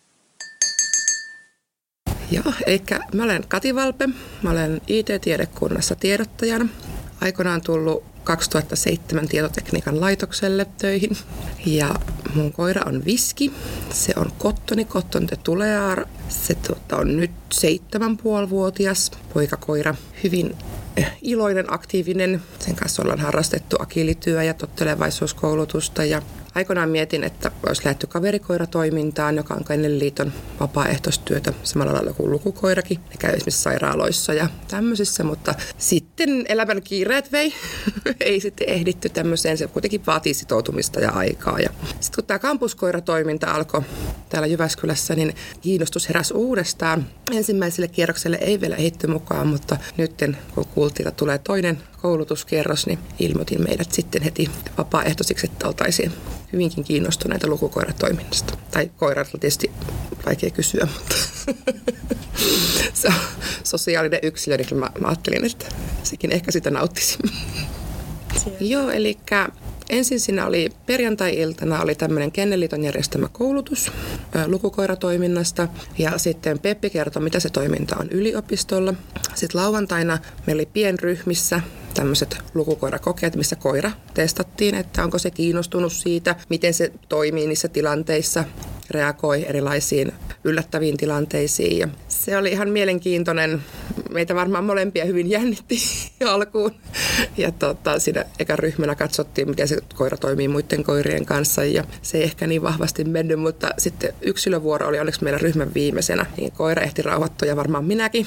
Joo, eli mä olen Kati Valpe, mä olen I T-tiedekunnassa tiedottajana. Aikoinaan tullut kaksituhattaseitsemän tietotekniikan laitokselle töihin ja mun koira on Viski. Se on Kottoni, Cotton de Tulear. Se tuota, on nyt seitsemänpuolivuotias poikakoira. Hyvin iloinen, aktiivinen. Sen kanssa ollaan harrastettu agilityö ja tottelevaisuuskoulutusta ja aikoinaan mietin, että olisi lähdetty kaverikoiratoimintaan, joka on Kennelliiton vapaaehtoistyötä samalla lailla kuin lukukoirakin. Ne käy esimerkiksi sairaaloissa ja tämmöisissä, mutta sitten elämän kiireet vei. Ei sitten ehditty tämmöiseen, se kuitenkin vaatii sitoutumista ja aikaa. Ja sitten kun tämä kampuskoiratoiminta alkoi täällä Jyväskylässä, niin kiinnostus heräsi uudestaan. Ensimmäiselle kierrokselle ei vielä ehditty mukaan, mutta nyt kun kuultiin, että tulee toinen koulutuskierros, niin ilmoitin meidät sitten heti vapaaehtoisiksi, että oltaisiin hyvinkin kiinnostuneita lukukoiratoiminnasta. Tai koiralta tietysti vaikea kysyä, mutta se on sosiaalinen yksilö, niin mä, mä ajattelin, että sekin ehkä sitä nauttisi. Joo, eli ensin siinä oli perjantai-iltana oli tämmöinen Kennelliiton järjestämä koulutus lukukoiratoiminnasta ja sitten Peppi kertoi, mitä se toiminta on yliopistolla. Sitten lauantaina meillä oli pienryhmissä tämmöiset lukukoirakokeet, missä koira testattiin, että onko se kiinnostunut siitä, miten se toimii niissä tilanteissa, reagoi erilaisiin yllättäviin tilanteisiin. Ja se oli ihan mielenkiintoinen. Meitä varmaan molempia hyvin jännitti alkuun. Ja tota, siinä eka ryhmänä katsottiin, miten se koira toimii muiden koirien kanssa. Ja se ei ehkä niin vahvasti mennyt, mutta sitten yksilövuoro oli onneksi meillä ryhmän viimeisenä. Niin koira ehti rauhoittua ja varmaan minäkin.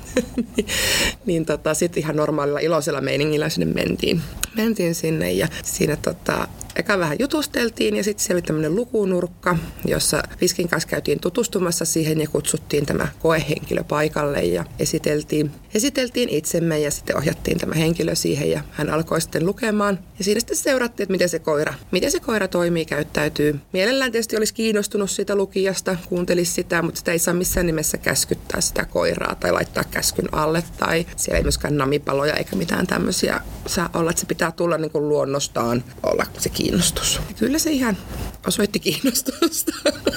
niin, niin tota, sitten ihan normaalilla iloisella meiningillä sinne mentiin. Mentiin sinne ja siinä tota, eka vähän jutusteltiin ja sitten siellä oli tämmöinen lukunurkka, jossa Viskin kanssa käytiin tutustumassa siihen ja kutsuttiin tämä koehenkilö paikalle ja esiteltiin, esiteltiin itsemme ja sitten ohjattiin tämä henkilö siihen ja hän alkoi sitten lukemaan. Ja siinä sitten seurattiin, että miten se koira, miten se koira toimii, käyttäytyy. Mielellään tietysti olisi kiinnostunut siitä lukijasta, kuuntelisi sitä, mutta sitä ei saa missään nimessä käskyttää sitä koiraa tai laittaa käskyn alle tai siellä ei myöskään namipaloja eikä mitään tämmöisiä saa olla, että se pitää tulla niin kuin luonnostaan olla se kiinnostus. Ja kyllä se ihan osoitti kiinnostusta.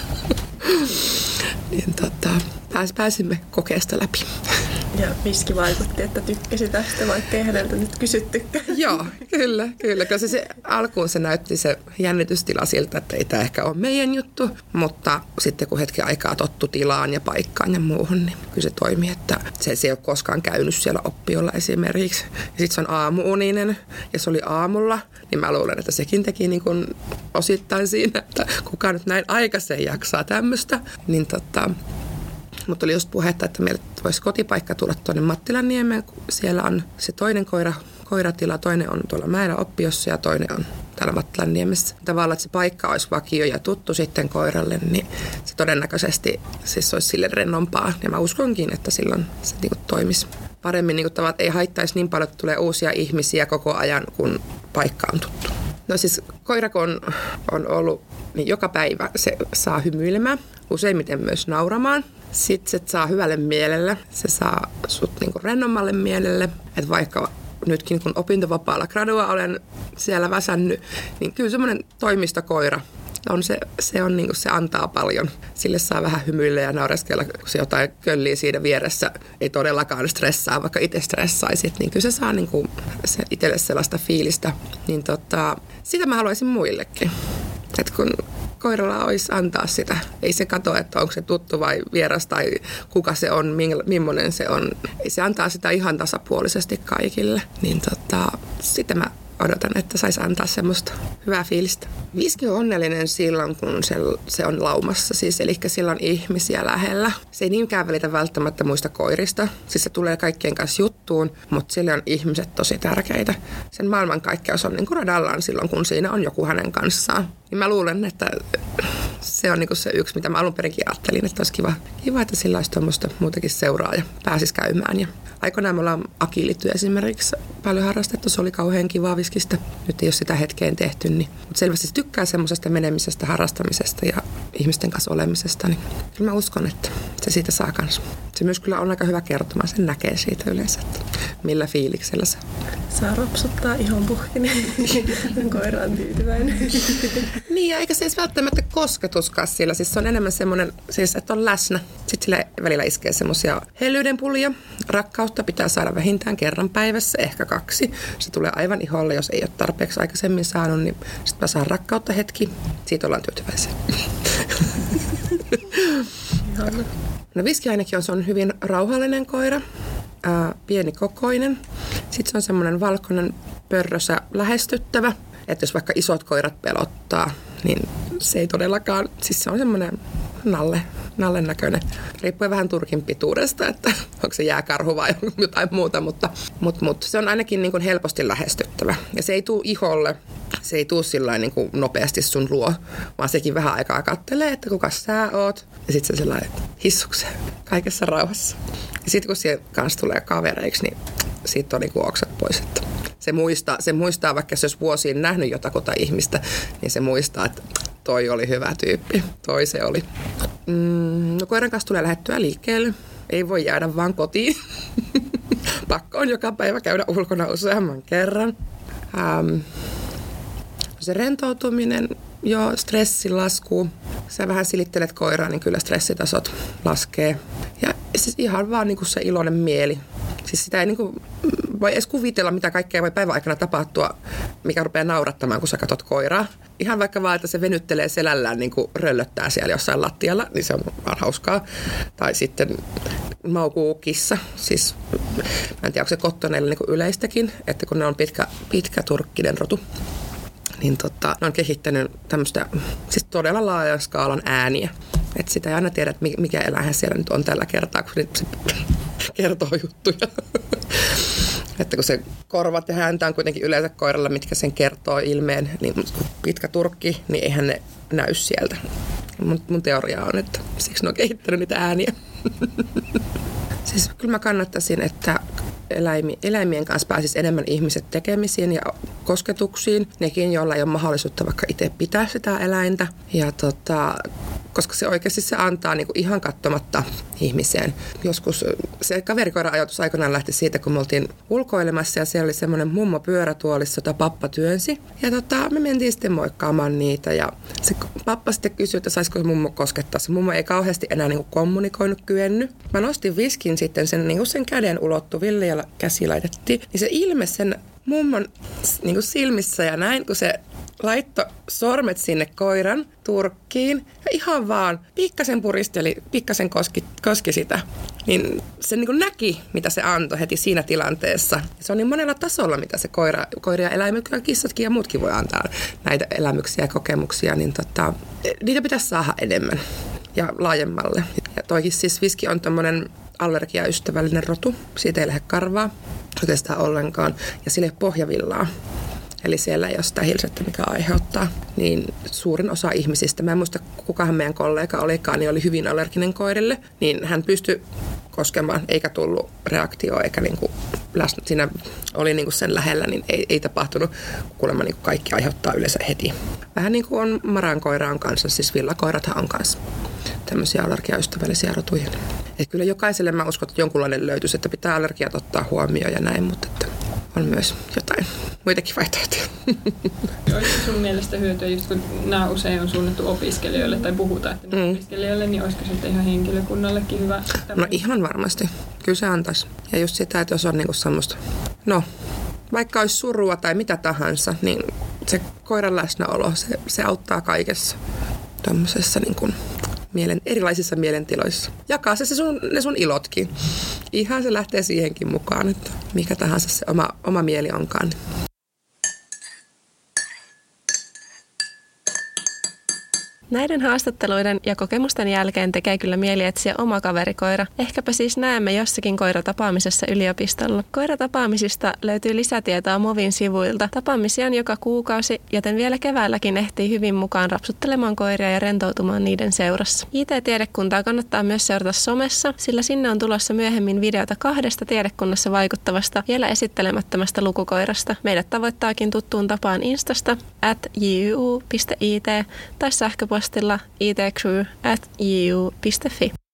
niin tota, pääs, pääsimme kokeesta läpi. Ja Viski vaikutti, että tykkäsi tästä, vaikka ei häneltä nyt kysyttykään. Joo, kyllä, kyllä. Kyllä se, se alkuun se näytti se jännitystila siltä, että ei tämä ehkä ole meidän juttu, mutta sitten kun hetken aikaa tottu tilaan ja paikkaan ja muuhun, niin kyllä se toimi, että se, se ei ole koskaan käynyt siellä oppiolla esimerkiksi. Ja sitten se on aamuuninen ja se oli aamulla, niin mä luulen, että sekin teki niin kuin osittain siinä, että kuka nyt näin aikaisen jaksaa tämmöistä, niin tota... Mutta oli just puhetta, että meille voisi kotipaikka tulla tuonne Mattilanniemeen, kun siellä on se toinen koira, koiratila, toinen on tuolla mäellä Oppiossa ja toinen on täällä Mattilanniemessä. Tavallaan, että se paikka olisi vakio ja tuttu sitten koiralle, niin se todennäköisesti siis olisi sille rennompaa. Ja mä uskonkin, että silloin se niin kuin toimisi paremmin, niin kuin tavallaan, että ei haittaisi niin paljon, että tulee uusia ihmisiä koko ajan, kun paikka on tuttu. No siis koira, kun on, on ollut, niin joka päivä se saa hymyilemään, useimmiten myös nauramaan. Sitten se saa hyvälle mielelle, se saa sut niinku rennommalle mielelle, että vaikka nytkin kun opintovapaalla gradua olen siellä väsännyt, niin kyllä semmoinen toimistokoira on se, se, on niinku, se antaa paljon. Sille saa vähän hymyillä ja naureskella, kun se jotain köllii siinä vieressä, ei todellakaan stressaa, vaikka itse stressaisit, niin kyllä se saa niinku, se itselle sellaista fiilistä. Niin tota, sitä mä haluaisin muillekin, että kun koiralla olisi antaa sitä. Ei se katso, että onko se tuttu vai vieras tai kuka se on, millainen se on. Ei se antaa sitä ihan tasapuolisesti kaikille. Niin tota, sitä mä odotan, että saisi antaa semmoista hyvää fiilistä. Viski on onnellinen silloin, kun se, se on laumassa, siis, eli sillä on ihmisiä lähellä. Se ei niinkään välitä välttämättä muista koirista, siis se tulee kaikkien kanssa juttuun, mutta sille on ihmiset tosi tärkeitä. Sen maailmankaikkeus on niin kuin radallaan silloin, kun siinä on joku hänen kanssaan. Niin mä luulen, että se on niin kuin se yksi, mitä mä alun perinkin ajattelin, että olisi kiva, kiva että sillä olisi tuommoista muutakin seuraa ja pääsisi käymään. Ja aikoinaan me ollaan Akilitty esimerkiksi paljon harrastettu, se oli kauhean kivaa Viskistä. Nyt ei ole sitä hetkeen tehty, niin. Mutta selvästi se tykkää semmoisesta menemisestä, harrastamisesta ja ihmisten kanssa olemisesta. Niin kyllä mä uskon, että se siitä saa kanssa. Se myös kyllä on aika hyvä kertoma, sen näkee siitä yleensä, että millä fiiliksellä se saa ropsuttaa ihon puhkinen, koira on tyytyväinen. Niin, ja eikä se edes välttämättä kosketuskaan sillä. Siis se on enemmän semmoinen, siis, että on läsnä. Sitten sille välillä iskee semmoisia hellyydenpullia. Rakkautta pitää saada vähintään kerran päivässä, ehkä kaksi. Se tulee aivan iholle, jos ei ole tarpeeksi aikaisemmin saanut, niin sitten mä saan rakkautta hetki. Siitä ollaan tyytyväisiä. No Viski ainakin on, se on hyvin rauhallinen koira, ää, pienikokoinen. Sitten se on semmoinen valkoinen, pörrösä, lähestyttävä. Että jos vaikka isot koirat pelottaa, niin se ei todellakaan, siis se on semmoinen nalle, nallen näköinen. Riippuu vähän turkin pituudesta, että onko se jääkarhu vai jotain muuta, mutta, mutta, mutta se on ainakin niin kuin helposti lähestyttävä. Ja se ei tule iholle, se ei tule sillain niin kuin nopeasti sun luo, vaan sekin vähän aikaa kattelee, että kuka sä oot. Ja sitten se sellainen hissukseen kaikessa rauhassa. Ja sitten kun siihen kanssa tulee kavereiksi, niin siitä on niin kuin oksat pois, että Se muistaa, se muistaa, vaikka se olisi vuosiin nähnyt jotakuta ihmistä, niin se muistaa, että toi oli hyvä tyyppi. Toi se oli. Mm, no koiran kanssa tulee lähdettyä liikkeelle. Ei voi jäädä vaan kotiin. Pakko on joka päivä käydä ulkona useamman kerran. Ähm, se rentoutuminen, joo, stressin lasku. Sä vähän silittelet koiraa, niin kyllä stressitasot laskee. Ja siis ihan vaan niin kuin se iloinen mieli. Siis sitä ei niin kuin voi edes kuvitella, mitä kaikkea voi päivän aikana tapahtua, mikä rupeaa naurattamaan, kun sä katot koiraa. Ihan vaikka vaan, että se venyttelee selällään, niin kuin röllöttää siellä jossain lattialla, niin se on vaan hauskaa. Tai sitten maukuu kissa. Siis mä en tiedä, onko se kottoneilla niin kuin yleistäkin, että kun ne on pitkä, pitkä turkkinen rotu, niin tota, ne on kehittänyt tämmöistä siis todella laajan skaalan ääniä. Että sitä ei aina tiedä, että mikä eläin siellä nyt on tällä kertaa, kun se kertoo juttuja. Että kun se korvat ja häntä on kuitenkin yleensä koiralla, mitkä sen kertoo ilmeen, niin kun pitkä turkki, niin eihän ne näy sieltä. Mun, mun teoria on, että siksi ne on kehittänyt niitä ääniä. Siis kyllä mä kannattaisin, että eläimi, eläimien kanssa pääsisi enemmän ihmiset tekemisiin ja kosketuksiin. Nekin, joilla ei ole mahdollisuutta vaikka itse pitää sitä eläintä. Ja tota, koska se oikeasti se antaa niinku ihan katsomatta ihmiseen. Joskus se kaverikoira-ajatus aikanaan lähti siitä, kun me oltiin ulkoilemassa ja siellä oli semmoinen mummo pyörätuolissa, jota pappa työnsi. Ja tota, me mentiin sitten moikkaamaan niitä ja se pappa sitten kysyi, että saisiko mummo koskettaa. Se mummo ei kauheasti enää niinku kommunikoinut kyennyt. Mä nostin viskin sitten sen, niinku sen käden ulottuville ja käsi laitettiin. Niin se ilme sen mummon niinku silmissä ja näin, kun se laittoi sormet sinne koiran turkkiin ja ihan vaan pikkasen puristeli, pikkasen koski, koski sitä. Niin se niin kuin näki, mitä se antoi heti siinä tilanteessa. Se on niin monella tasolla, mitä se koira, koira ja eläimet, kissatkin ja muutkin voi antaa näitä elämyksiä ja kokemuksia. Niin tota, niitä pitäisi saada enemmän ja laajemmalle. Ja toikin siis viski on tommonen allergiaystävällinen rotu. Siitä ei lähde karvaa oikeastaan ollenkaan ja sille ei ole pohjavillaa. Eli siellä ei ole sitä hilsettä, mikä aiheuttaa, niin suurin osa ihmisistä, mä en muista kukahan meidän kollega olikaan, niin oli hyvin allerginen koirille, niin hän pystyi koskemaan, eikä tullut reaktio, eikä niinku läsnä, siinä oli niinku sen lähellä, niin ei, ei tapahtunut, kuulemma niinku kaikki aiheuttaa yleensä heti. Vähän niin kuin on marankoiraan kanssa, siis villakoirathan on kanssa tämmöisiä allergiaystävällisiä rotuja. Et kyllä jokaiselle mä uskon, että jonkunlainen löytyisi, että pitää allergiat ottaa huomioon ja näin, mutta että on myös jotain muitakin vaihtoehtoja. Olisiko sun mielestä hyötyä, just kun nämä usein on suunnattu opiskelijoille tai puhutaan, että mm. opiskelijoille, niin olisiko sitten ihan henkilökunnallekin hyvä? No ihan varmasti. Kyllä se antaisi. Ja just sitä, että jos on niinku semmoista, no vaikka olisi surua tai mitä tahansa, niin se koiran läsnäolo, se, se auttaa kaikessa tämmöisessä niin kuin mielen, erilaisissa mielentiloissa. Jakaa se, se sun, ne sun ilotkin. Ihan se lähtee siihenkin mukaan, että mikä tahansa se oma, oma mieli onkaan. Näiden haastatteluiden ja kokemusten jälkeen tekee kyllä mieli etsiä oma kaverikoira. Ehkäpä siis näemme jossakin koiratapaamisessa yliopistolla. Koiratapaamisista löytyy lisätietoa Movin sivuilta. Tapaamisia on joka kuukausi, joten vielä keväälläkin ehtii hyvin mukaan rapsuttelemaan koiria ja rentoutumaan niiden seurassa. I T-tiedekuntaa kannattaa myös seurata somessa, sillä sinne on tulossa myöhemmin videota kahdesta tiedekunnassa vaikuttavasta, vielä esittelemättömästä lukukoirasta. Meidät tavoittaakin tuttuun tapaan Instasta at j u piste i t tai sähköpostilla itcrew at j u piste f i.